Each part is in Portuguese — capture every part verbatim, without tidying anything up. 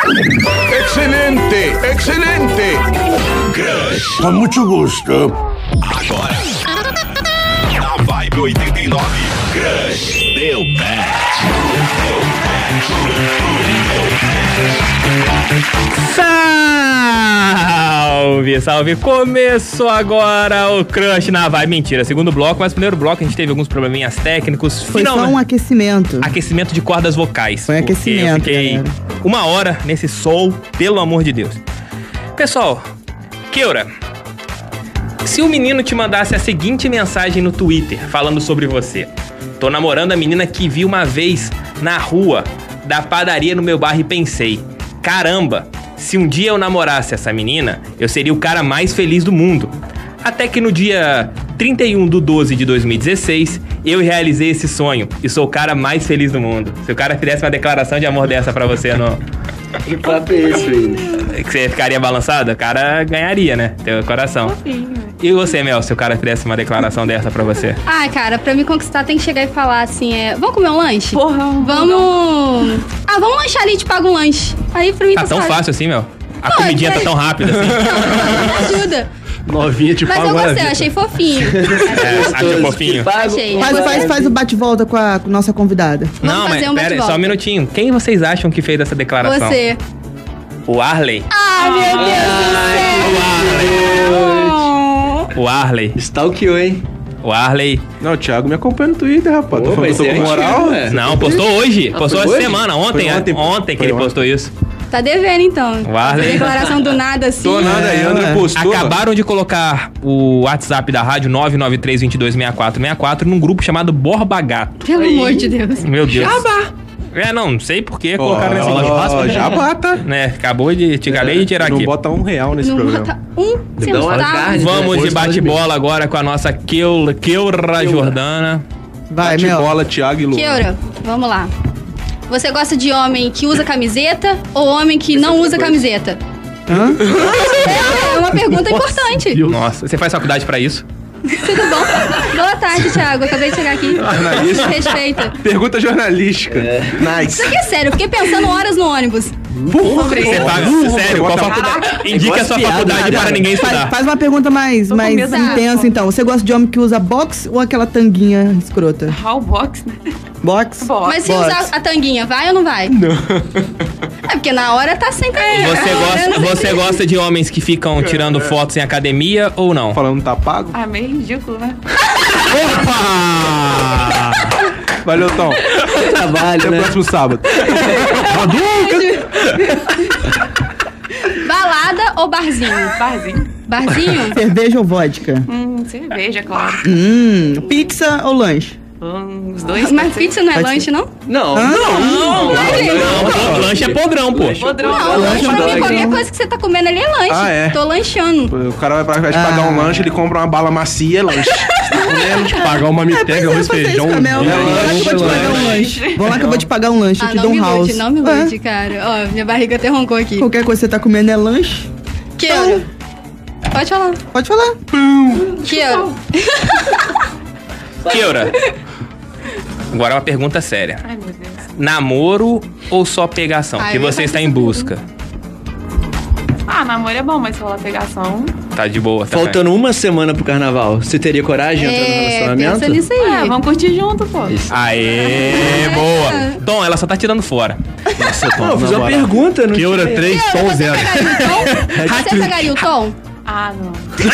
Excelente, excelente. Crush. Com muito gosto. Agora, na Vibe oitenta e nove, Crush deu match. Deu match. Salve, salve. Começou agora o Crush na Vibe. Mentira, segundo bloco, mas primeiro bloco a gente teve alguns probleminhas técnicos. Foi só um aquecimento. Aquecimento de cordas vocais. Foi aquecimento, eu fiquei galera. uma hora nesse sol, pelo amor de Deus. Pessoal, Keura, se o menino te mandasse a seguinte mensagem no Twitter falando sobre você: tô namorando a menina que vi uma vez na rua da padaria no meu bairro e pensei, caramba, se um dia eu namorasse essa menina, eu seria o cara mais feliz do mundo. Até que no dia trinta e um de doze de dois mil e dezesseis, eu realizei esse sonho e sou o cara mais feliz do mundo. Se o cara fizesse uma declaração de amor dessa pra você, não... Que papo é esse, filho? Que você ficaria balançado? O cara ganharia, né? Teu coração. Fofinho. E você, Mel, se o cara fizesse uma declaração dessa pra você? Ah, cara, pra me conquistar tem que chegar e falar assim, é... Vamos comer um lanche? Porra, vamos... Ah, vamos lanchar ali, te pago um lanche. Aí pra mim Tá tá tão fácil. fácil assim, Mel? A Não, comidinha é- tá tão rápida assim? Não, ajuda. Novinha te Mas eu pagou a gostei, vida. eu achei fofinho. É, achei fofinho. Achei. Faz, faz, faz o bate-volta com a com nossa convidada. Não, mas fazer um pera, bate-volta. só um minutinho. Quem vocês acham que fez essa declaração? Você. O Arley. Ah, meu Deus do céu. O Arley. Stalkeou, hein? O Arley. Não, o Thiago me acompanha no Twitter, rapaz. Pô, Tô falando, mas tô é com moral. mentira, né? Não, postou hoje. Ah, Postou foi essa hoje? semana. Ontem, Foi ontem, ontem, que foi ele ontem. postou isso. Tá devendo, então. O Arley. Declaração do nada, assim. Tô nada aí, André É. postou. Acabaram de colocar o WhatsApp da rádio nove nove três dois dois seis quatro seis quatro num grupo chamado Borba Gato. Pelo amor de Deus. Meu Deus. É, não, não sei por que colocaram nesse grupo. Ó, já bata. Né, acabou de... Te acabei de tirar Não aqui. bota um real nesse Não programa. bota um Dá uma centavo. carne. Vamos de Depois fala de bate-bola agora com a nossa Keura, Keura Jordana. Vai, Bate Mel. bola, Thiago e Lu. Keura, vamos lá. Você gosta de homem que usa camiseta ou homem que não usa camiseta? Hã? É, é uma pergunta importante. Nossa, você faz faculdade pra isso? Tudo bom? Boa tarde, Thiago. Acabei de chegar aqui. Jornalista. Respeita. Pergunta jornalística. Nice. Isso aqui é sério. Eu fiquei pensando horas no ônibus. Você paga, sério, qual Bota- faculdade? Indique a sua piada, faculdade né? para ninguém Faz, estudar. faz uma pergunta mais, Tô com mais medo. intensa, então. Você gosta de homem que usa box ou aquela tanguinha escrota? Hall box, né? Box? Box. Mas se Box. usar a tanguinha, vai ou não vai? Não. É porque na hora tá sem tanguinha. Você Na hora gosta, não tem você gosta de homens que ficam tirando fotos em academia ou não? Falando tá pago. Ah, meio ridículo, né? Opa! Valeu, Tom. Trabalho, Até né? o próximo sábado. Balada ou barzinho? Barzinho. Barzinho? Cerveja ou vodka? Hum, cerveja, claro. Hum, pizza ou lanche? Hum, os dois. Mas pizza não é Pode ser. lanche, não? Não. Hã? Não, não, lanche é podrão, pô. Podrão. Não, lanche pra mim, dói, qualquer não. coisa que você tá comendo ali é lanche. Ah, é? Tô lanchando. O cara vai pra invés de pagar um lanche, ele compra uma bala macia, lanche. Pagar uma mitega, arroz, fazer feijão. isso, Mel. vinho, Vamos lá que eu vou te lanche. pagar um lanche. Vamos lá que eu vou te pagar um lanche, eu Ah, te não dou um me house. ilude, não me É. ilude, cara. Ó, minha barriga até roncou aqui. Qualquer coisa que você tá comendo é lanche? Queiro. Pode falar. Pode falar. Queiro. Keura. Agora uma pergunta séria. Ai, meu Deus. Namoro ou só pegação? Ai, que eu ia você está fazer em essa busca. Ah, namoro é bom, mas se rolar pegação... Tá de boa também. Faltando uma semana pro carnaval, você teria coragem de entrar no É, relacionamento? pensa nisso aí. É, vamos curtir junto, pô. Aê, boa. Tom, ela só tá tirando fora. Nossa, Tom, não, eu fiz uma pergunta, não Keura tinha- três, Queiro, tom você zero. pegaria o tom? Você pegaria o tom? Ah, não.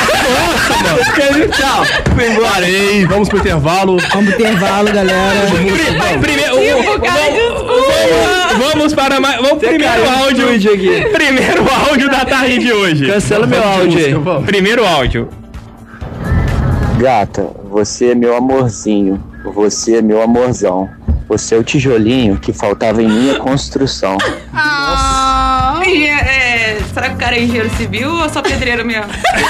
Tchau. Parei, vamos pro intervalo. Vamos pro intervalo, galera. Pri- Primeiro, vamos, vamos para mais. Vamos pro primeiro caiu no áudio. estúdio aqui. Primeiro áudio da tarde de hoje. Cancela meu áudio aí. Primeiro áudio. Gata, você é meu amorzinho, você é meu amorzão. Você é o tijolinho que faltava em minha construção. Ah. E, é, é, será que o cara é engenheiro civil ou só pedreiro mesmo?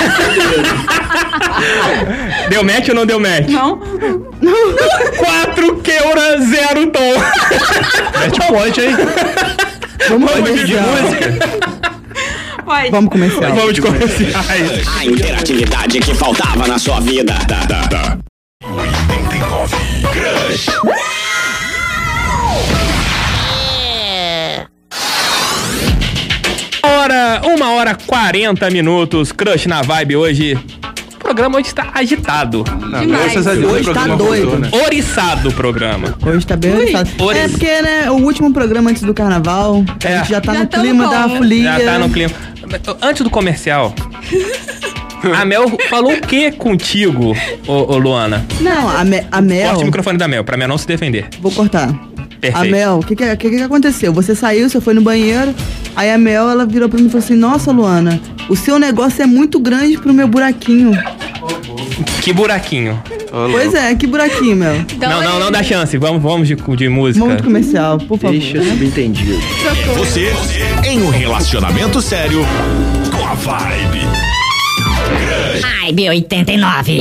Deu match ou não deu match? Não? quatro Keura, zero Tom. Match point, hein? Vamos Vamos de comercial. música. Pode. Vamos comercial. Vamos de comerciais. A interatividade que faltava na sua vida. Da, da, da. oitenta e nove Crush. hora, uma hora quarenta minutos. Crush na Vibe hoje. O programa hoje está agitado. Não, graças a Deus, Hoje o tá programa doido. voltou, né? Oriçado o programa. Hoje tá bem oriçado. Ori- É porque, né, o último programa antes do carnaval, É. a gente já tá Já no tamo clima da como? folia. Já tá no clima. Antes do comercial, a Mel falou o que contigo, ô, ô Luana? Não, a, Me- a Mel... Corte o microfone da Mel, pra Mel não se defender. Vou cortar. Perfeito. A Mel, o que que, que que aconteceu? Você saiu, você foi no banheiro, aí a Mel, ela virou pra mim e falou assim, nossa, Luana, o seu negócio é muito grande pro meu buraquinho. Que buraquinho. Pois é, que buraquinho, Mel. Então, não, não, ele- não dá chance. Vamos, vamos de, de música. Vamos pro comercial, por favor. Deixa subentendido. Você em um relacionamento sério com a Vibe. Vibe oitenta e nove.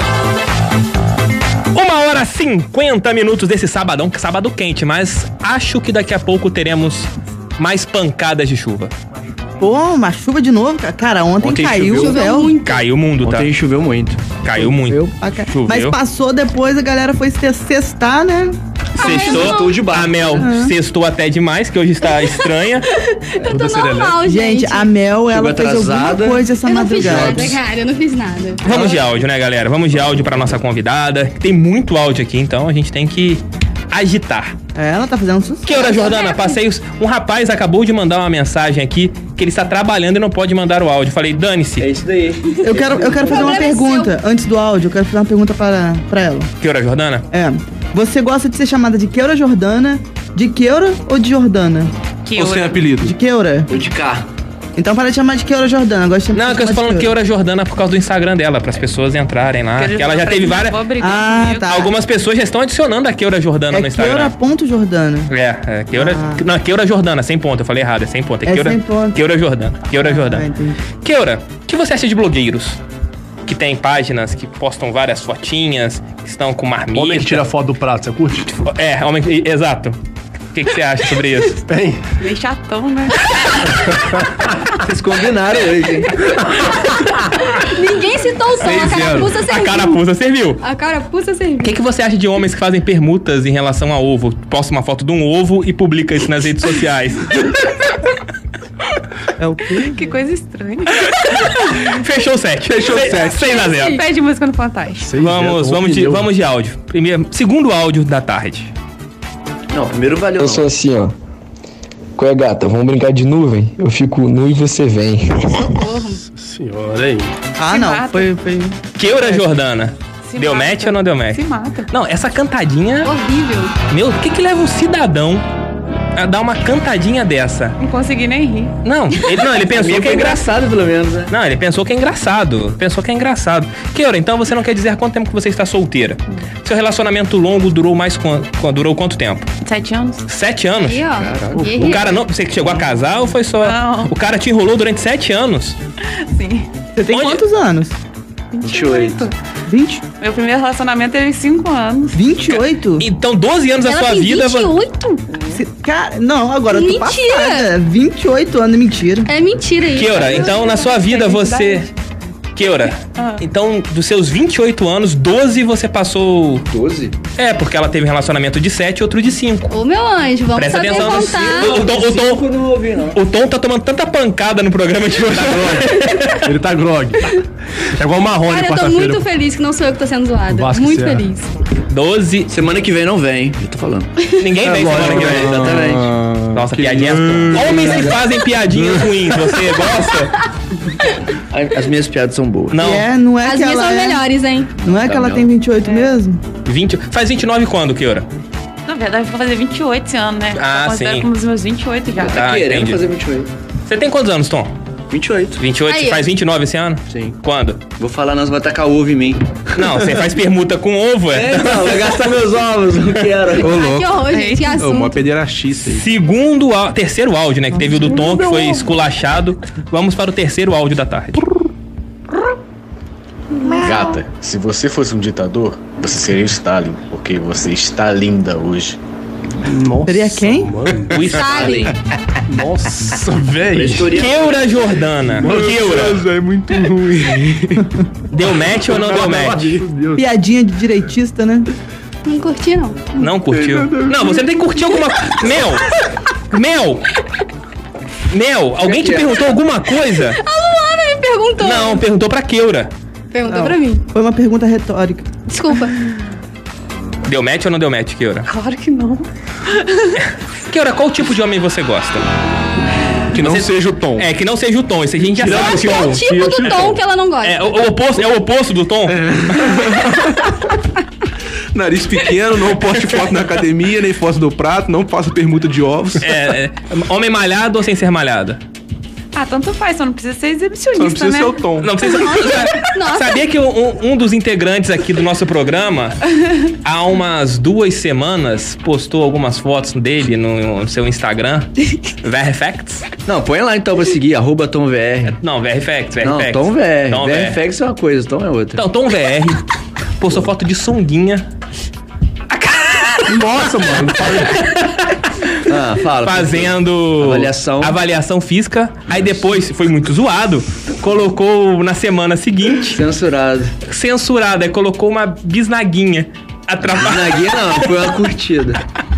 Uma hora e cinquenta minutos desse sabadão, que sábado quente, mas acho que daqui a pouco teremos mais pancadas de chuva. Pô, uma chuva de novo, cara. Cara, ontem, Ontem caiu choveu o véu. muito. Caiu o mundo, tá? Ontem choveu muito. Caiu muito. Choveu pra ca- Choveu. Mas passou depois, a galera foi se- sextar, né? Sextou, Sextou de barro. a Mel sextou até demais, que hoje está estranha. Eu tô normal, gente. Gente, a Mel, ela fez atrasada. alguma coisa essa Eu não fiz madrugada. nada, cara. Eu não fiz nada. Vamos de áudio, né, galera? Vamos de áudio pra nossa convidada. Tem muito áudio aqui, então a gente tem que agitar. É, ela tá fazendo sucesso. Que hora, Jordana? Passei os... Um rapaz acabou de mandar uma mensagem aqui que ele está trabalhando e não pode mandar o áudio. Falei, É dane-se. isso daí. Eu quero, eu quero fazer uma problema é pergunta antes do áudio. Eu quero fazer uma pergunta para, para ela. Que hora, Jordana? É. Você gosta de ser chamada de Keura Jordana, de Keura ou de Jordana? Que Ou sem eu... apelido. De Keura. Vou de cá. Então para de chamar de Keura Jordana. Eu gosto de Não, é que eu tô falando que hora, Jordana, por causa do Instagram dela, para as pessoas entrarem lá. Que ela já teve várias. Ah, tá. Algumas pessoas já estão adicionando a Keura Jordana É no Instagram. Keura ponto Jordana. É, é Keura. Ah. Não, Keura Jordana, sem ponto. Eu falei errado, é sem ponto. É, É Keura, sem ponto. Keura Jordana. Keura Ah, Jordana. entendi. Keura, o que você acha de blogueiros? Que tem páginas que postam várias fotinhas, que estão com marmita. Homem que tira foto do prato, você curte? É, homem que. Exato. O que, que você acha sobre isso? Tem. Meio chatão, né? Vocês combinaram hoje, hein? Ninguém citou o tom. A carapuça A serviu. carapuça serviu. A carapuça serviu. O que, que você acha de homens que fazem permutas em relação a ovo? Posta uma foto de um ovo e publica isso nas redes sociais. É o quê? Que coisa estranha. Fechou o set. Fechou o set. seis a zero. Pede música no Fantástico. Vamos, vamos, de, vamos de áudio. Primeiro, segundo áudio da tarde. Não, primeiro valeu. Eu sou assim, ó. Qual é, gata? Vamos brincar de nuvem? Eu fico nu e você vem. Senhora, hein? Ah, Se não. mata. Foi, foi. Keura Jordana. Se Deu mata. match ou não deu match? Se mata. Não, essa cantadinha... Horrível. Meu, o que que leva um cidadão a dar uma cantadinha dessa? Não consegui nem rir. Não, ele, não, ele pensou Minha que foi é engraçado. engraçado, pelo menos, né? Não, ele pensou que é engraçado. Pensou que é engraçado. Keura, então você não quer dizer há quanto tempo que você está solteira? Seu relacionamento longo durou mais quanto, durou quanto tempo? Sete anos? Sete anos? Aí, ó. O Guerreiro. cara não. Você que chegou a casar ou foi só. Não. O cara te enrolou durante sete anos? Sim. Você tem Onde- quantos anos? vinte e oito. vinte? Meu primeiro relacionamento teve cinco anos. vinte e oito? Então, doze anos da Ela sua tem vida. vinte e oito? Se- Cara, não, agora eu tô Mentira. passada. vinte e oito anos, mentira. É mentira isso. Keura, então na sua vida você. Keura, Ah. então dos seus vinte e oito anos, doze você passou. doze? É, porque ela teve um relacionamento de sete e outro de cinco. Ô, meu anjo, vamos Presta saber atenção no contar. O Tom, o, Tom, Eu não ouvi, não. o Tom tá tomando tanta pancada no programa de hoje. Ele tá grog. É igual o Marrone, Cara, eu tô quarta-feira. muito feliz que não sou eu que tô sendo zoada. Vasco Muito Serra. feliz. doze. Semana que vem não vem, eu tô falando. Ninguém vem semana que vem. Exatamente. Nossa, piadinhas. Homens que fazem piadinhas ruins, você gosta? As minhas piadas são boas. Não. E é, não é As que minhas ela são é... melhores, hein? Não é que ela Não. tem vinte e oito mesmo? vinte, faz vinte e nove quando, Keura? Na verdade, eu vou fazer vinte e oito esse ano, né? Ah, eu considero sim. como os meus vinte e oito já. Tá, Querendo entendi. fazer vinte e oito. Você tem quantos anos, Tom? vinte e oito. vinte e oito? Aí, Você ó. faz vinte e nove esse ano? Sim. Quando? Vou falar, nós vai tacar ovo em mim. Não, você faz permuta com ovo, é? É, não, vai gastar meus ovos, não quero. Ô, Ah, que louco. horror, gente. Que Ô, assunto. uma pederastista aí. Segundo, á- terceiro áudio, né? Que teve o do Tom, que foi esculachado. Vamos para o terceiro áudio da tarde. Gata, se você fosse um ditador, você seria o Stalin, porque você está linda hoje. Nossa, Seria quem? Mano. O Stalin. Nossa, velho. Keura Jordana. Keura. é muito ruim. Deu match ou não deu match? Piadinha de direitista, né? Não curti, não. Não curtiu? Não, você tem que curtir alguma... Mel! Mel! Mel, alguém te Fica quieto. perguntou alguma coisa? A Luana me perguntou. Não, perguntou pra Keura. Perguntou Não, pra mim. Foi uma pergunta retórica. Desculpa. Deu match ou não deu match, Keura? Claro que não. Keura, qual tipo de homem você gosta? Que não Você- seja o Tom. É, que não seja o Tom. Isso a gente já Tirando sabe. o que É o- o tipo do tom que ela não gosta. É o, o oposto, é o oposto do Tom? Nariz pequeno, não poste foto na academia, nem foto do prato, não faça permuta de ovos. É, é, homem malhado ou sem ser malhado? Ah, tanto faz, só não precisa ser Só não exibicionista, precisa né? ser o Tom. Não precisa. Nossa. Sabia que um, um dos integrantes aqui do nosso programa, há umas duas semanas, postou algumas fotos dele no, no seu Instagram? VRFacts? Não, põe lá então pra seguir, arroba Tom V R. Não, VRFacts, Não, VRFacts. Tom V R. Tom V R V R. Facts é uma coisa, Tom é outra. Então, Tom V R postou foto de sunguinha Nossa, mano. Ah, fala. fazendo Avaliação. avaliação física. Aí depois, foi muito zoado, colocou na semana seguinte, Censurado. censurado, aí colocou uma bisnaguinha. Atrapalhada. Naguinha não, foi uma curtida.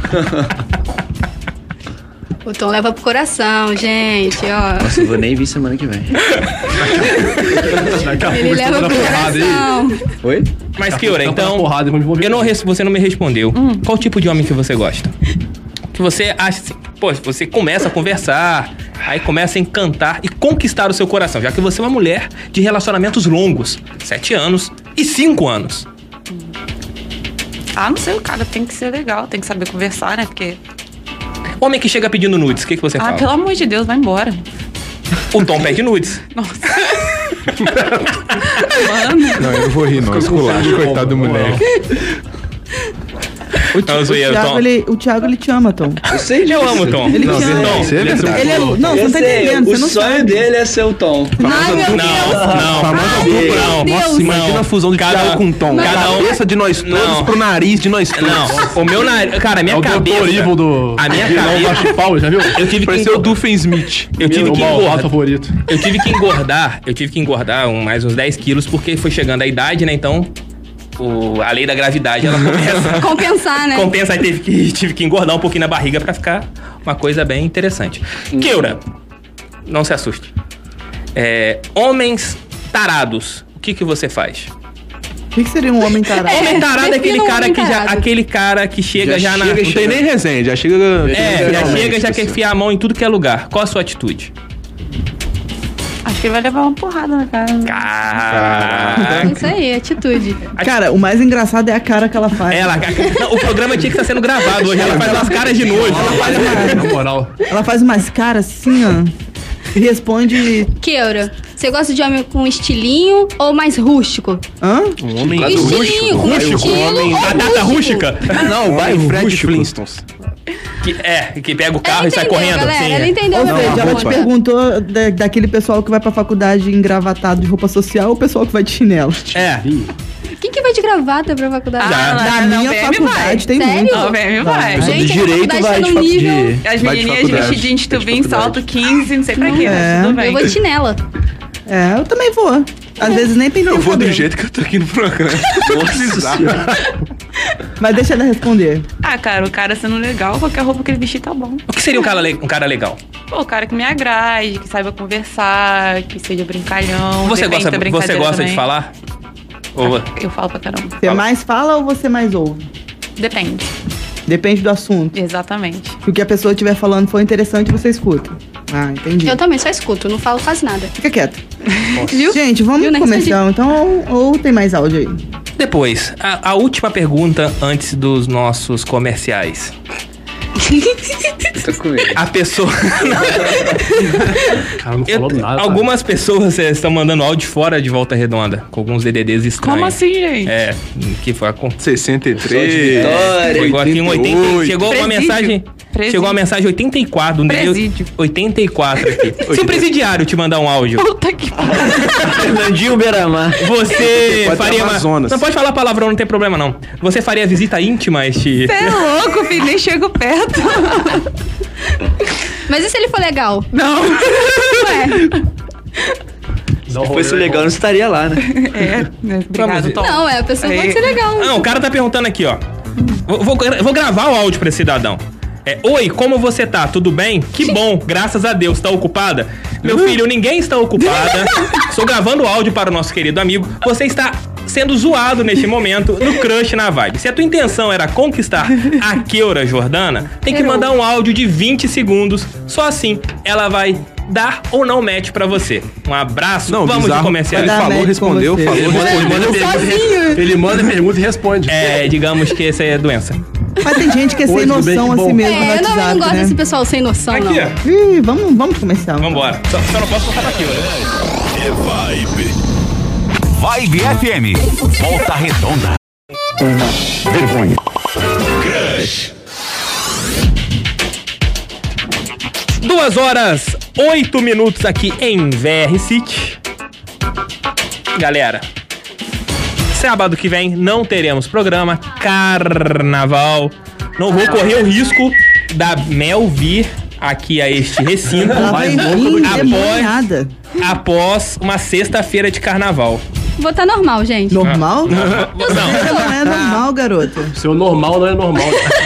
O Tom leva pro coração, gente, ó. Nossa, eu vou nem vir semana que vem. Daqui a Ele pouco leva estou pro dando porrada aí. coração. Oi? Mas, Keura, Tá então, dando porrada, vamos envolver. eu não, res- você não me respondeu. Qual tipo de homem que você gosta? Que você acha assim, pô, você começa a conversar, aí começa a encantar e conquistar o seu coração, já que você é uma mulher de relacionamentos longos, sete anos e cinco anos. Ah, não sei, o cara tem que ser legal, tem que saber conversar, né? Porque. Homem que chega pedindo nudes, o que, que você Ah, fala? pelo amor de Deus, vai embora. O Tom pede nudes. Nossa. Mano. Não, eu não vou rir, não. Esculacho, coitado do moleque. O, Ti- Não, o, zoeira, Thiago, Tom. ele, o Thiago, ele te ama, Tom. Eu sei disso. Eu amo o Tom. Ele Não, te ama. Tom, isso é ele é verdade. Ele é, não, você não Eu tá sei, entendendo, o você não sonho sabe. dele é ser o Tom. Ai, meu Deus. Não, não. Famosa Ai, dupla. meu Deus. Nossa, imagina Não. a fusão de Cada- Thiago com Tom. cada um- Cabeça de nós todos Não. pro nariz de nós todos. Não, o meu nariz. Cara, a minha É o cabeça. doutor Evil do... A minha do cabeça- Baixo Pau, já viu? Eu tive que Pareceu o engordar. Doofenshmirtz. Eu tive Meu que malvado engordar. favorito. Eu tive que engordar, eu tive que engordar um- mais uns dez quilos, porque foi chegando a idade, né? Então, o- a lei da gravidade, ela começa. Compensar, né? Compensa, aí teve que, tive que engordar um pouquinho na barriga pra ficar uma coisa bem interessante. Keura, não se assuste. É, homens tarados, o que que você faz? O que, que seria um homem tarado? É, Homem tarado é aquele defina um cara homem que já, tarado. aquele cara que chega já, Já na... chega Não tem nem resenha, já chega... É, já finalmente, chega, já quer assim. enfiar a mão em tudo que é lugar. Qual a sua atitude? Acho que ele vai levar uma porrada na cara. né? Caraca. É isso aí, atitude. Cara, o mais engraçado é a cara que ela faz. Ela, não, o programa tinha que estar sendo gravado hoje. Ela faz umas caras de nojo. Na moral. Ela faz umas caras assim, ó. E responde. Keura, você gosta de homem com estilinho ou mais rústico? Hã? Um homem Estilinho, com Rústico, estilo homem, ou batata rústico? rústica. Não, vai Homem Fred rústico. Flintstones. Que, é, que pega o carro Ela e sai entendeu, correndo. galera, assim, ela é. entendeu. Ou a seja, ela te pergunta. perguntou da- daquele pessoal que vai pra faculdade engravatado de roupa social ou o pessoal que vai de chinelo? É. Quem que vai de gravata pra faculdade? Ah, Da lá, não, minha V M faculdade tem Sério? muito. Não, o V M vai. Vai. Gente, de a direito faculdade vai tá de, num facu- nível... de... As vai de menininhas faculdade. vestidinhas de tubinho, salto quinze, não sei pra quê, É. mas tudo bem. Eu vou de chinela. É, eu também vou. Às vezes nem pentei Eu o vou do cabelo. jeito que eu tô aqui no programa. Nossa senhora. Mas deixa ela responder. Ah, cara, o cara sendo legal, qualquer roupa que ele vestir tá bom. O que seria um cara, le- um cara legal? Pô, o cara que me agrade, que saiba conversar, que seja brincalhão. Você depende gosta, da você brincadeira gosta de também. falar? Ou- Eu falo pra caramba. Você mais fala ou você mais ouve? Depende, Depende do assunto. exatamente. Se o que a pessoa estiver falando for interessante, você escuta. Ah, entendi. Eu também só escuto, não falo quase nada. Fica quieto. Viu? Gente, vamos Viu? pro Nem comercial, então, ou, ou tem mais áudio aí? Depois, a, a última pergunta antes dos nossos comerciais. Eu tô com medo. A pessoa. Cara, não Eu- falou nada. algumas pessoas é, estão mandando áudio fora de Volta Redonda, com alguns D D Ds estranhos. Como assim, gente? É, que foi a. con- sessenta e Só de três. vitória. Chegou aqui um oitenta. Chegou uma Presídio. mensagem. Presídio. Chegou uma mensagem oitenta e quatro. Um D D Presídio. oitenta e quatro aqui. Se o presidiário te mandar um áudio, Puta que pariu. Fernandinho Beiramar. você Pode ter faria uma. Amazonas. Não pode falar palavrão, não tem problema não. Você faria visita íntima a este. Você é louco, filho, nem chego perto. Mas e se ele for legal? Não. Ué, Se fosse legal, não estaria lá, né? É, obrigado, Vamos- Tom. não, é, a pessoa Aí. pode ser legal. Não, o cara tá perguntando aqui, ó. Vou, vou, vou gravar o áudio pra esse cidadão. É, oi, como você tá? Tudo bem? Que bom, graças a Deus. Tá ocupada? Meu filho, ninguém está ocupada. Estou gravando áudio para o nosso querido amigo. Você está sendo zoado neste momento no Crush na Vibe. Se a tua intenção era conquistar a Keura Jordana, tem que mandar um áudio de vinte segundos. Só assim ela vai dar ou não match pra você. Um abraço, Não, vamos bizarro, de comerciais. ele falou, respondeu, falou, Ele manda, ele manda pergunta, ele manda pergunta e responde. É, digamos que essa é doença. Mas tem gente que é sem Oi, tudo bem? noção Que assim bom. mesmo no É, eu não, eu WhatsApp, não gosto né? desse pessoal sem noção, Aqui, não. ó. Ih, vamos, vamos de comercial. Vambora. Só, só não posso passar pra Keura. É vibe. Vibe F M. Volta Redonda. Uma vergonha. Crush. Duas horas, oito minutos aqui em V R City. Galera, sábado que vem não teremos programa. Carnaval. Não vou correr o risco da Mel vir aqui a este recinto Ela vai vir demoniada. após, após uma sexta-feira de carnaval. Vou estar normal, gente. Normal? Não. Você não é normal, garota. Seu normal não é normal.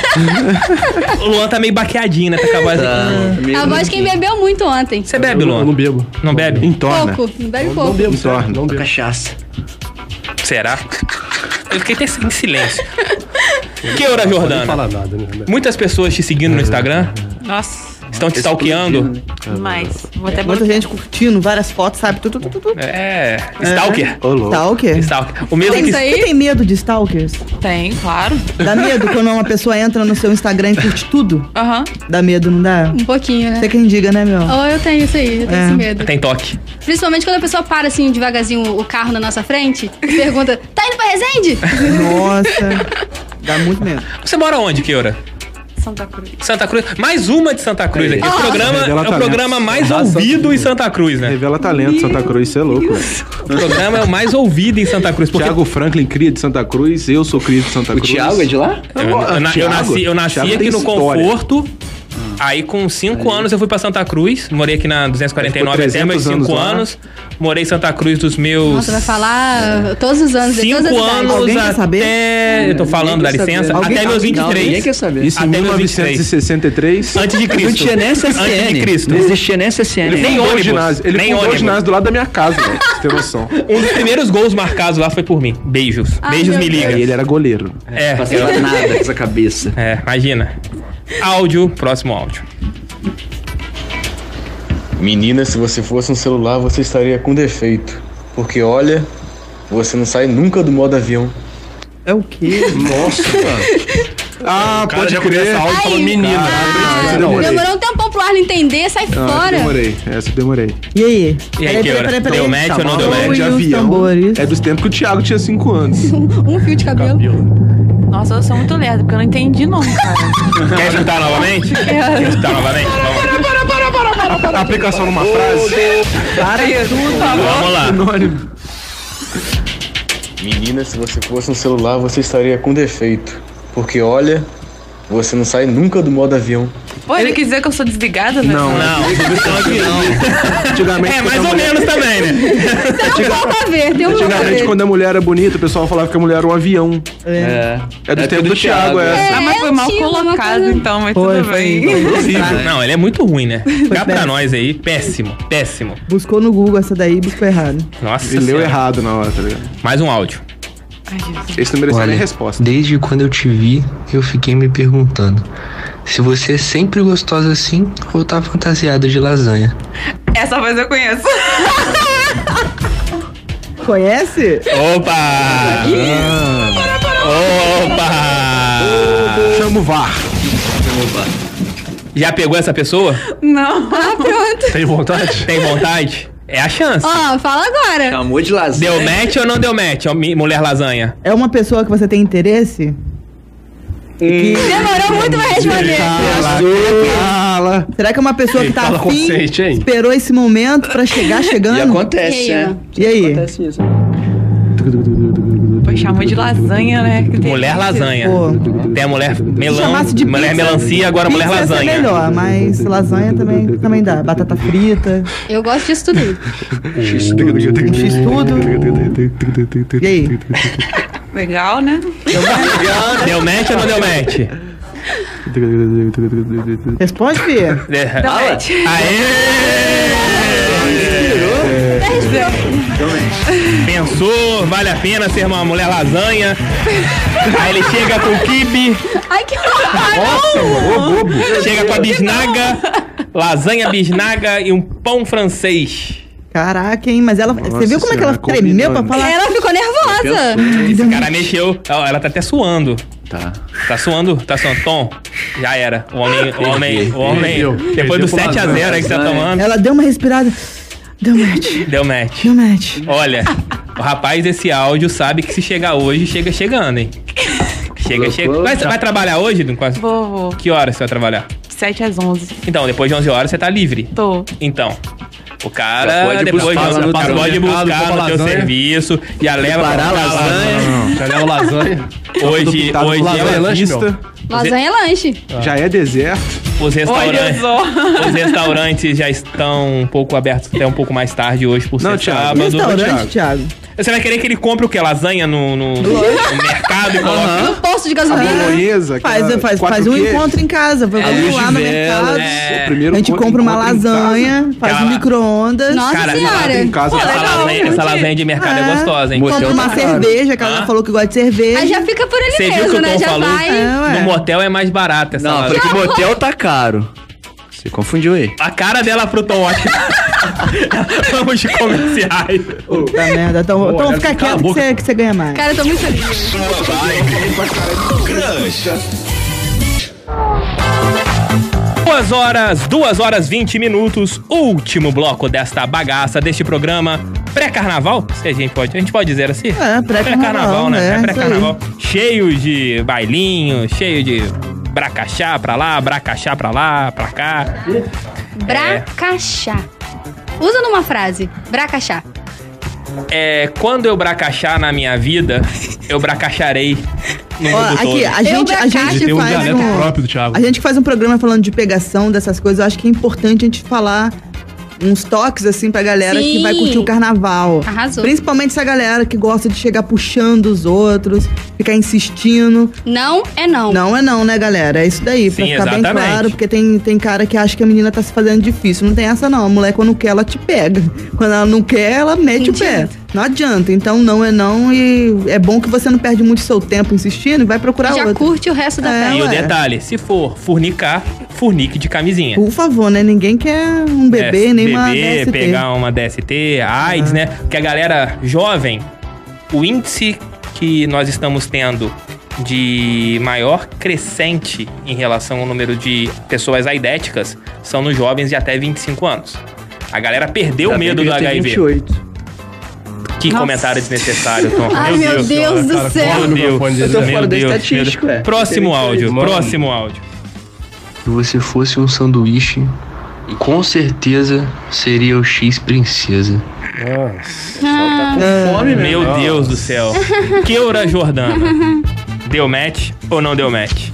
O Luan tá meio baqueadinho, né? Tá com a voz aqui. A voz de quem bebeu muito ontem. Você bebe, Eu não- Luan? eu não bebo. Não bebe? Entorna. Pouco, não bebe Não pouco. bebo, Entorna. sério, não bebo. Cachaça. Será? Eu fiquei até em silêncio. Keura Não pode Jordana. falar nada, né? Muitas pessoas te seguindo no Instagram. Nossa, Estão te stalkeando. demais. Vou até Muita bloquear. gente curtindo várias fotos, sabe? Tu, tu, tu, tu, tu. É. Stalker. Ô, louco. Stalker? Stalker. O mesmo Tem, que. isso aí? Você tem medo de stalkers? Tem, claro. Dá medo quando uma pessoa entra no seu Instagram e curte tudo? Aham. Dá medo, não dá? Um pouquinho, né? Você quem diga, né, meu? Ou eu tenho isso aí, eu tenho É. esse medo. Tem toque. Principalmente quando a pessoa para assim devagarzinho o carro na nossa frente e pergunta: tá indo pra Resende? Nossa, dá muito medo. Você mora onde, Keura? Santa Cruz. Santa Cruz. Mais uma de Santa Cruz aqui. Esse Ah. programa Revela é o talento. programa mais Ah, ouvido Santa em Santa Cruz, né? Revela talento, Santa Cruz, você é louco. velho. O programa é o mais ouvido em Santa Cruz. Porque Thiago Franklin, cria de Santa Cruz, eu sou cria de Santa O Cruz. Thiago é de lá? eu, eu, na- eu Thiago? nasci, eu nasci Thiago aqui tem no história. Conforto. Aí com cinco anos eu fui pra Santa Cruz. Morei aqui na duzentos e quarenta e nove Ficou até meus trezentos cinco anos lá. anos. Morei em Santa Cruz dos meus... Nossa, vai falar todos os anos, de Cinco todas as idades. anos Alguém quer até... saber? Eu tô falando, dá Ninguém quer licença. saber. Até Alguém- meus vinte e Não, ninguém três. quer saber. Isso em Até mil meus vinte e três. novecentos e sessenta e três. Antes de Não Cristo. tinha nem S S N. Antes de Cristo. Não existia nem S S N. Ele Nem fundou o ônibus. ginásio. Ele Nem fundou ônibus. o ginásio do lado da minha casa, velho. Pra você ter noção. Um dos primeiros gols marcados lá foi por mim. Beijos. Ai, Beijos, meu me liga. E ele era goleiro. É, Passei lá nada com essa cabeça. é, imagina. Áudio, próximo áudio. Menina, se você fosse um celular, você estaria com defeito. Porque olha, você não sai nunca do modo avião. É o quê? Nossa, mano. Ah, cara pode já crer. começa áudio falando menina. Ah, Ah, demorei. Demorou um tempão pro Arlen entender, sai Ah, fora. demorei. Essa eu demorei. E aí? E aí, Keura? Deu match ou não deu Oi, match? de os avião. tambores. É dos tempos que o Thiago tinha cinco anos. Um fio de cabelo. Nossa, eu sou muito lerda, porque eu não entendi não, cara. Quer escutar novamente? Quer escutar novamente? Vamos lá. Aplicação numa frase. Para tudo. Vamos lá. Sinônimo. Menina, se você fosse um celular, você estaria com defeito. Porque olha, você não sai nunca do modo avião. Pô, ele quis dizer que eu sou desligada, né? Não, Não, substituição não. Antigamente, É, quando mais a ou mulher- menos também, né? Tem um pouco a ver, tem um pouco a Antigamente, ver. quando a mulher era bonita, o pessoal falava que a mulher era um avião. É. É dos É tempos tudo do Thiago, Thiago, essa. Ah, mas É foi mal antigo, uma colocado, coisa- então, mas Foi, tudo foi, bem. foi horrível. Não, ele é muito ruim, né? Dá pra péssimo. nós aí. Péssimo, péssimo. Buscou no Google essa daí e buscou errado. Nossa Ele leu Senhora. errado na hora, tá ligado? Mais um áudio. Ai, Jesus. Esse não merecia nem Olha, resposta. desde quando eu te vi, eu fiquei me perguntando se você é sempre gostosa assim ou tá fantasiada de lasanha. Essa voz eu conheço. Conhece? Opa! Opa! Chama o V A R. Já pegou essa pessoa? Não. Ah, pronto. Tem vontade? Tem vontade? É a chance. Ó, fala agora. Chamou de lasanha. Deu match ou não deu match, ó, mi- mulher lasanha? É uma pessoa que você tem interesse? Demorou muito pra responder. Fala. Será que é uma pessoa que tá Fala afim, consciente, hein? esperou esse momento pra chegar chegando? E acontece, E aí, né? E aí? Acontece isso. Pô, chamou de lasanha, né? Que Mulher delícia. lasanha. Pô, Tem a mulher se melão, chamasse de mulher pizza, melancia, agora mulher pizza ia ser lasanha. melhor, mas lasanha também, também dá. Batata frita, Eu gosto disso tudo aí. um X tudo. E aí? Legal, né? Deu match ou não deu match? Responde, Fia. Fala. Pensou, vale a pena ser uma mulher lasanha. Aí ele chega com o quibe. Ai, que Nossa, chega com a bisnaga, lasanha bisnaga e um pão francês. Caraca, hein? Mas ela. Nossa, você viu como é que ela tremeu pra falar? Ela ficou nervosa. Esse cara mexeu. Ela tá até suando. Tá. Tá suando? Tá suando. Tom, já era. O homem, o homem, o homem. Depois do sete a zero aí que você tá tomando. Ela deu uma respirada. Deu match. Deu match. Deu match. Olha, o rapaz desse áudio sabe que se chegar hoje, chega chegando, hein? Chega, chega. Vai, vai trabalhar hoje? Vou, vou. Que horas você vai trabalhar? sete às onze. Então, depois de onze horas você tá livre? Tô. Então, o cara pode depois buscar já no pode, pode buscar no teu serviço, já leva pra lasanha. Já leva lasanha. Hoje, hoje lasanha é lanche, meu. Lasanha é lanche. Já é deserto. Os restaurantes, os restaurantes já estão um pouco abertos até um pouco mais tarde hoje por ser Não, Thiago. sábado. Restaurante, Thiago. Você vai querer que ele compre o quê? Lasanha no, no, no mercado e coloque... No posto de gasolina. Bolonhesa, Faz, faz, faz um queijos. encontro em casa. Vamos É, lá no vela, mercado. é. O primeiro A gente encontro- compra uma encontro em lasanha, faz Cara, um micro-ondas. Nossa Cara, senhora. Em casa, Essa, legal, lasanha, essa curti. lasanha de mercado é, É. gostosa, hein? Motel Compra uma tá caro. cerveja, que ela Hã? falou que gosta de cerveja. Aí já fica por ali Você viu mesmo, que o né? Tom Já falou? vai. É, ué. No motel é mais barato essa Não, lasanha. falei que motel tá caro. Você confundiu aí. A cara dela pro Tom, acho que... Vamos de comerciais. Puta merda. Então, então olha, fica cala a quieto que boca. você, que você ganha mais. Cara, eu tô muito feliz. Duas horas, duas horas vinte minutos, último bloco desta bagaça, deste programa pré-carnaval, se a gente pode, a gente pode dizer assim? É, pré-carnaval, né? é, É isso pré-carnaval. Cheio de bailinho, cheio de bracachá pra lá, bracachá pra lá, pra cá. Bracachá. Usa numa frase. Bracachá. É, quando eu bracachar na minha vida, eu bracacharei no Ó, mundo aqui, todo. a gente, a bracacho. gente Tem um faz dialeto um, próprio do Thiago. a gente faz um programa falando de pegação, dessas coisas. Eu acho que é importante a gente falar uns toques, assim, pra galera Sim. que vai curtir o carnaval. Arrasou. Principalmente essa galera que gosta de chegar puxando os outros, ficar insistindo. Não é não. Não é não, né, galera? É isso daí, pra Sim, ficar bem exatamente. claro, porque tem, tem cara que acha que a menina tá se fazendo difícil. Não tem essa, não. A mulher, quando quer, ela te pega. Quando ela não quer, ela mete Não o pé. adianta. Não adianta. Então, não é não. E é bom que você não perde muito seu tempo insistindo e vai procurar Já outro. curte o resto da É, festa. E o ué. detalhe, se for furnicar, furnique de camisinha. Por favor, né? Ninguém quer um bebê, É, nem uma bebê, D S T. pegar uma D S T, AIDS, Ah. né? Porque a galera jovem, o índice que nós estamos tendo de maior crescente em relação ao número de pessoas aidéticas são nos jovens de até vinte e cinco anos. A galera perdeu o Ainda bem medo que do eu já tenho H I V. vinte e oito. Que Nossa. comentário desnecessário, Tom. Ai, meu Deus do cara, céu. fala no microfone Meu dele. Eu tô Deus, fora da meu Deus, estatística, meu Deus. ué. Próximo Tem áudio, mano. próximo áudio. Se você fosse um sanduíche, com certeza seria o X Princesa. Ah, Fome, Meu Deus do céu. Keura Jordana. Deu match ou não deu match?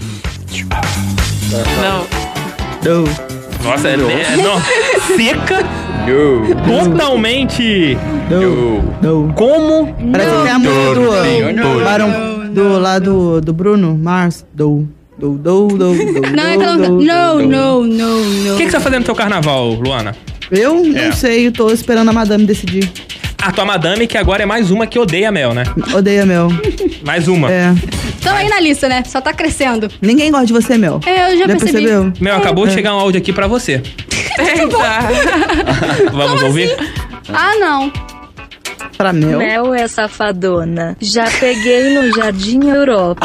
Não. Não. Nossa, é, é, não, seca, totalmente. Não. Não. Como? Parece que tem a música do Barão, do lá do, do Bruno Mars. Do, do, do, do, do, não, é aquela do, música. Não, do. não, não, não. O que, que você tá fazendo no teu carnaval, Luana? Eu É. não sei, eu tô esperando a madame decidir. A tua madame, que agora é mais uma que odeia mel, né? Odeia mel. Mais uma. É. Tamo aí na lista, né? Só tá crescendo. Ninguém gosta de você, Mel. É, eu já, Já percebi. percebeu? Mel, acabou de chegar um áudio aqui pra você. Vamos ouvir? Ah, não. Pra Mel. Mel é safadona. Já peguei no Jardim Europa.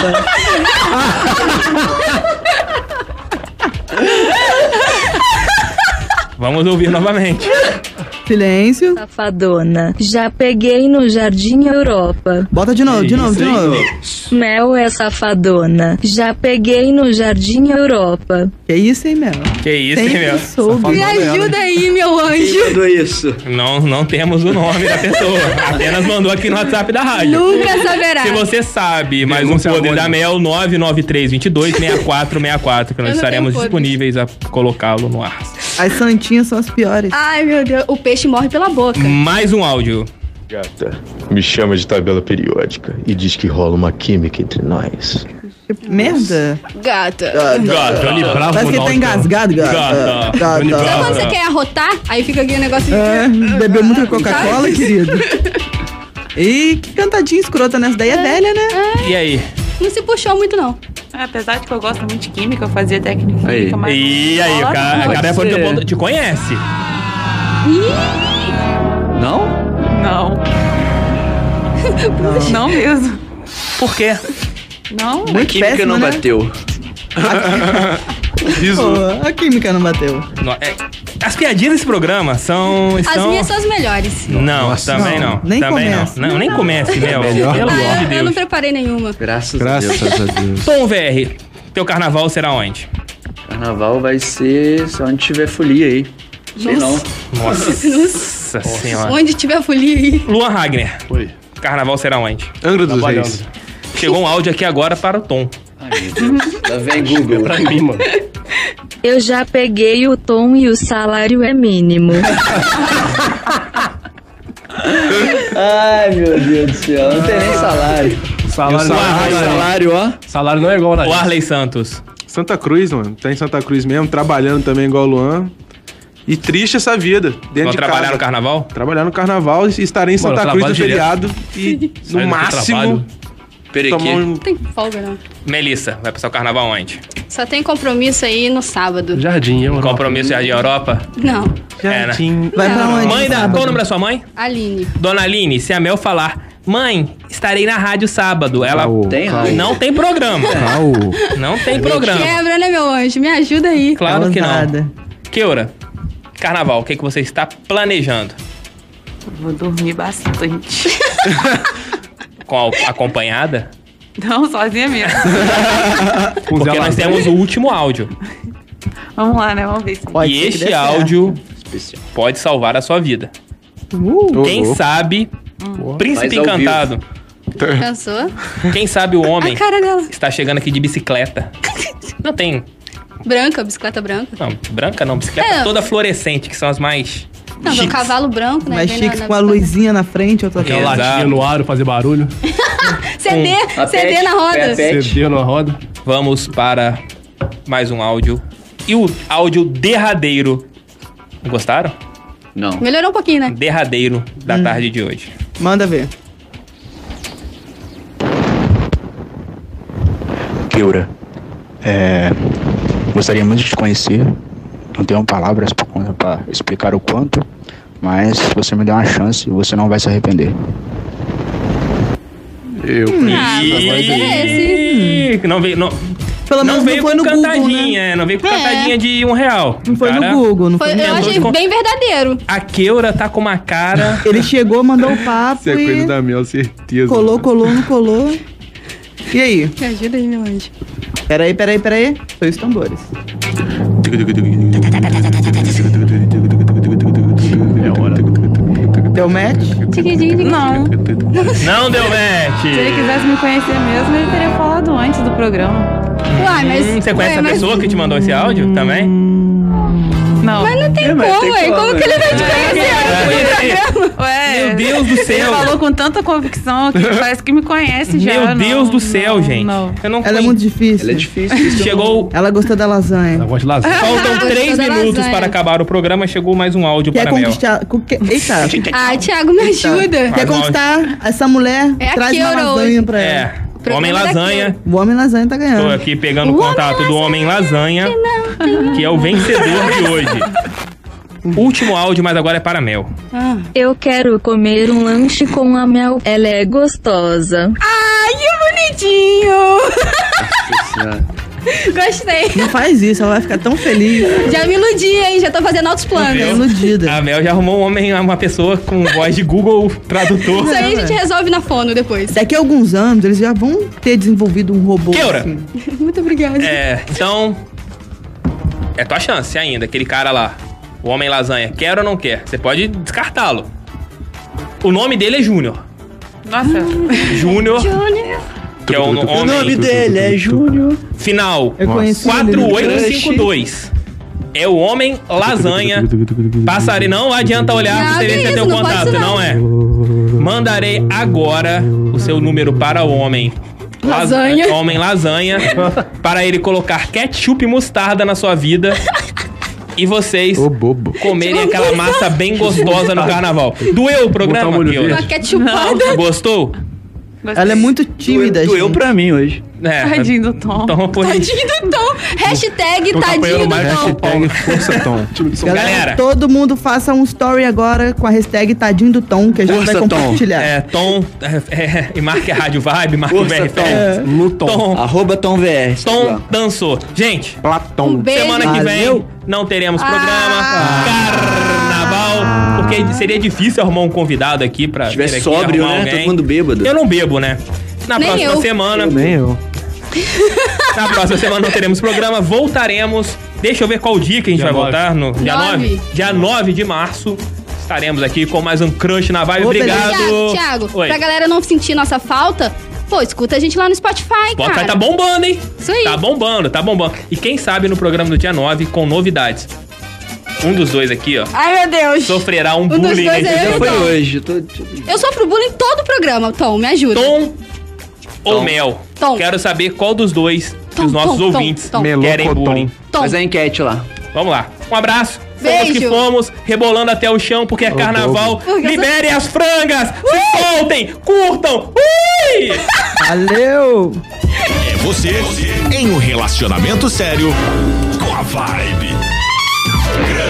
Vamos ouvir novamente. Silêncio. Safadona. Já peguei no Jardim Europa. Bota de novo, de Que novo, de isso, hein? novo. Mel é safadona. Já peguei no Jardim Europa. Que isso, hein, Mel? Que isso, hein, Sempre Mel? soube. Me ajuda aí, meu Quem anjo. mandou isso? Não, não temos o nome da pessoa. Apenas mandou aqui no WhatsApp da rádio. Nunca saberá. Se você sabe mais um Denúncia poder anônima. da Mel, nove nove três dois dois, seis quatro seis quatro, que nós Eu não estaremos tenho podres. disponíveis a colocá-lo no ar. As santinhas são as piores. Ai, meu Deus. O peixe morre pela boca. Mais um áudio. Gata, me chama de tabela periódica e diz que rola uma química entre nós. Merda. Gata. Gata. Johnny Bravo Parece que ele no tá alto. engasgado, gata. Gata. Gata. Johnny Sabe Bravo. quando você quer arrotar? Aí fica aquele negócio... É, bebeu muita Coca-Cola, querido. E que cantadinha escrota nessa daí é, velha, né? E aí? Não se puxou muito, não. É, apesar de que eu gosto muito de química, eu fazia técnica Aí. química, mas... E aí, o cara, a cara foi ser. teu ponto- te conhece. Não? Não. Não mesmo. Por quê? Não. A Muito química péssimo, não né? bateu. Pô, a química não bateu. No- é, as piadinhas desse programa são... As são... minhas são as melhores. Não, Nossa, também não. não. Nem também comece. não. Não, nem comece, Mel. Melhor. Pelo Ah, amor de eu, eu Deus. não preparei nenhuma. Graças, Graças a Deus. a Deus. Tom V R, teu carnaval será onde? Carnaval vai ser só onde tiver folia aí. Sei não. Nossa senhora. Onde tiver folia aí. Luan Ragner, Oi. carnaval será onde? Angra dos Trabalhando. Reis. Chegou um áudio aqui agora para o Tom. Ai, meu Deus. Lá vem Google. Pra mim, mano. Eu já peguei o tom e o salário é mínimo. Ai, meu Deus do céu. Não tem nem salário. Salário, Eu não, sou é igual, Salário, ó. salário não é igual na O Arley Santos. Santa Cruz, mano. Tá em Santa Cruz mesmo, trabalhando também igual o Luan. E triste essa vida, dentro Vão de trabalhar casa. no carnaval? Trabalhar no carnaval e estarei em Mano, Santa eu Cruz no trabalho feriado. E Sai no do máximo, trabalho. tomar Perequê. um... Não tem folga, não. Melissa, vai passar o carnaval onde? Só tem compromisso aí no sábado. Jardim, eu Compromisso Jardim Europa? Não. É, né? Jardim. Vai pra onde? Mãe da... sábado? Qual o nome da sua mãe? Aline. Dona Aline, se a Mel falar, mãe, estarei na rádio sábado, ela Caô, Tem caô, rádio. não tem programa. caô. Não tem programa. Quebra, né, meu anjo? Me ajuda aí. Claro que não. Ousada. Keura, carnaval, o que, que você está planejando? Vou dormir bastante. Com a, acompanhada? Não, sozinha mesmo. Com Porque nós temos o último áudio. Vamos lá, né? Vamos ver se... Pode e ser que este dê certo. áudio Especial. pode salvar a sua vida. Uh, Quem oh. sabe, Príncipe Faz ao Encantado. Cansou? Quem sabe o homem A cara dela. está chegando aqui de bicicleta. Não tem. Branca, bicicleta branca. Não, branca não, bicicleta É. toda fluorescente, que são as mais. Não, é um chiques. cavalo branco, né? mais Vem chiques na- na com a bicicleta. luzinha na frente, outra Aquela Exato. latinha no aro, fazer barulho. C D, A C D pet, na roda. pé, pet. C D na roda. Vamos para mais um áudio. E o áudio derradeiro. Gostaram? Não. Melhorou um pouquinho, né? Derradeiro da tarde de hoje. Manda ver. Keura, é, gostaria muito de te conhecer. Não tenho palavras para explicar o quanto, mas se você me der uma chance, você não vai se arrepender. Eu. Ah, você merece. Ih, Não veio, não, Pelo não menos veio não foi com no Google, cantadinha, né? é, não veio com É. cantadinha de um real. Não foi Cara, no Google, não Foi, foi, no eu Tentou achei de con- bem verdadeiro. A Keura tá com uma cara. Ele chegou, mandou o papo Isso é coisa e da Mel, certeza. colou, colou, não colou. E aí? Me ajuda aí, meu anjo. Peraí, peraí, peraí. Foi os tambores. É hora. Deu match? Não. Não deu match. Se ele quisesse me conhecer mesmo, ele teria falado antes do programa. Uai, mas... Hum, você conhece ué, a mas- pessoa que te mandou esse áudio também? Não. Mas não tem É, mas como, tem ué. como, Como né? que ele vai te conhecer É. antes do programa? Ué, Meu Deus do céu. Ele falou com tanta convicção que parece que me conhece já. Meu não, Deus do céu, não, gente. Não. Eu não Ela é conhe- muito difícil. Ela é difícil. Chegou. Ela gostou da lasanha. Ela gosta de lasanha. Faltam três Toda minutos lasanha. para acabar o programa. Chegou mais um áudio Quer para a Mel. conquistar... co- que- Eita. Ai, Thiago, me ajuda. Quer Faz um conquistar essa mulher? É a Traz uma Keura lasanha hoje. pra ela. É. Programa Homem da Lasanha. O homem lasanha tá Tô ganhando. aqui pegando o O contato Homem do Homem Lasanha, que é o vencedor de hoje. Último áudio, mas agora é para a Mel. Ah. Eu quero comer um lanche com a Mel. Ela é gostosa. Ai, que bonitinho. Gostei. Não faz isso, ela vai ficar tão feliz. Já me iludi, hein? Já tô fazendo altos planos. Tá iludida. A Mel já arrumou um homem, uma pessoa com voz de Google Tradutor. Isso aí a gente resolve na fono depois. Daqui a alguns anos, eles já vão ter desenvolvido um robô. Keura. assim. Muito obrigada. É, então. É tua chance ainda, aquele cara lá. O Homem Lasanha. Quer ou não quer? Você pode descartá-lo. O nome dele é Júnior. Nossa. Júnior, Júnior. que é o O homem. nome dele é Júnior. Final Eu conheci quatro oito ele. cinco dois. É o Homem Lasanha. Passarei, não adianta olhar pra Não, você ver que se é isso, teu não pode contato, isso não não. é? Mandarei agora o seu número para o Homem Lasanha. Homem lasanha. Para ele colocar ketchup e mostarda na sua vida. E vocês Ô, bobo. comerem aquela massa bem gostosa no carnaval. Doeu o programa, Botar um molho Keura? Uma ketchupada. Gostou? Gostei. Ela é muito tímida, Doeu gente. pra mim hoje. É. Tadinho do Tom. Então, por isso. Tadinho do Tom. Hashtag Tô tadinho acompanhando do mais Tom. hashtag Força Tom. Galera, Galera. todo mundo faça um story agora com a hashtag tadinho do Tom, que a gente Força, vai Tom. compartilhar. É, Tom. É, é, e marque a Rádio Vibe, marque o Força, B R F. Tom. É. No Tom. Tom. Arroba Tom V R. Tom dançou. Gente, Platão. Um beijo. semana que vem Valeu. não teremos Ah. programa. Carnaval. Porque seria difícil arrumar um convidado aqui pra. Se tivesse vir aqui sóbrio, arrumar né? alguém. Todo mundo bêbado. Eu não bebo, né? Na Nem próxima eu. semana. Nem eu. Na próxima semana não teremos programa. Voltaremos. Deixa eu ver qual dia que a gente Dia vai nove. voltar. No dia Nove. nove? Dia nove de março. Estaremos aqui com mais um Crush na Vibe. Ô, Obrigado. Thiago, Thiago, Oi. pra galera não sentir nossa falta, pô, escuta a gente lá no Spotify, Spotify cara. tá bombando, hein? Isso aí. Tá bombando, tá bombando. E quem sabe no programa do dia nove com novidades. Um dos dois aqui, ó, Ai, meu Deus. sofrerá um dos bullying dois nesse é eu. Já jogo. foi Tom. hoje. Tô... Eu sofro bullying todo o programa, Tom, me ajuda. Tom ou Tom. Mel? Tom. Quero saber qual dos dois que Tom, os nossos Tom, ouvintes Tom, Tom. querem Melocotom. bullying. Tom. Faz a enquete lá. Vamos lá. Um abraço. Fomos Beijo. que fomos, rebolando até o chão, porque é carnaval. Porque eu sou- Liberem as frangas! Se soltem! Curtam! Ui! Valeu! É você em um relacionamento sério com a Vibe.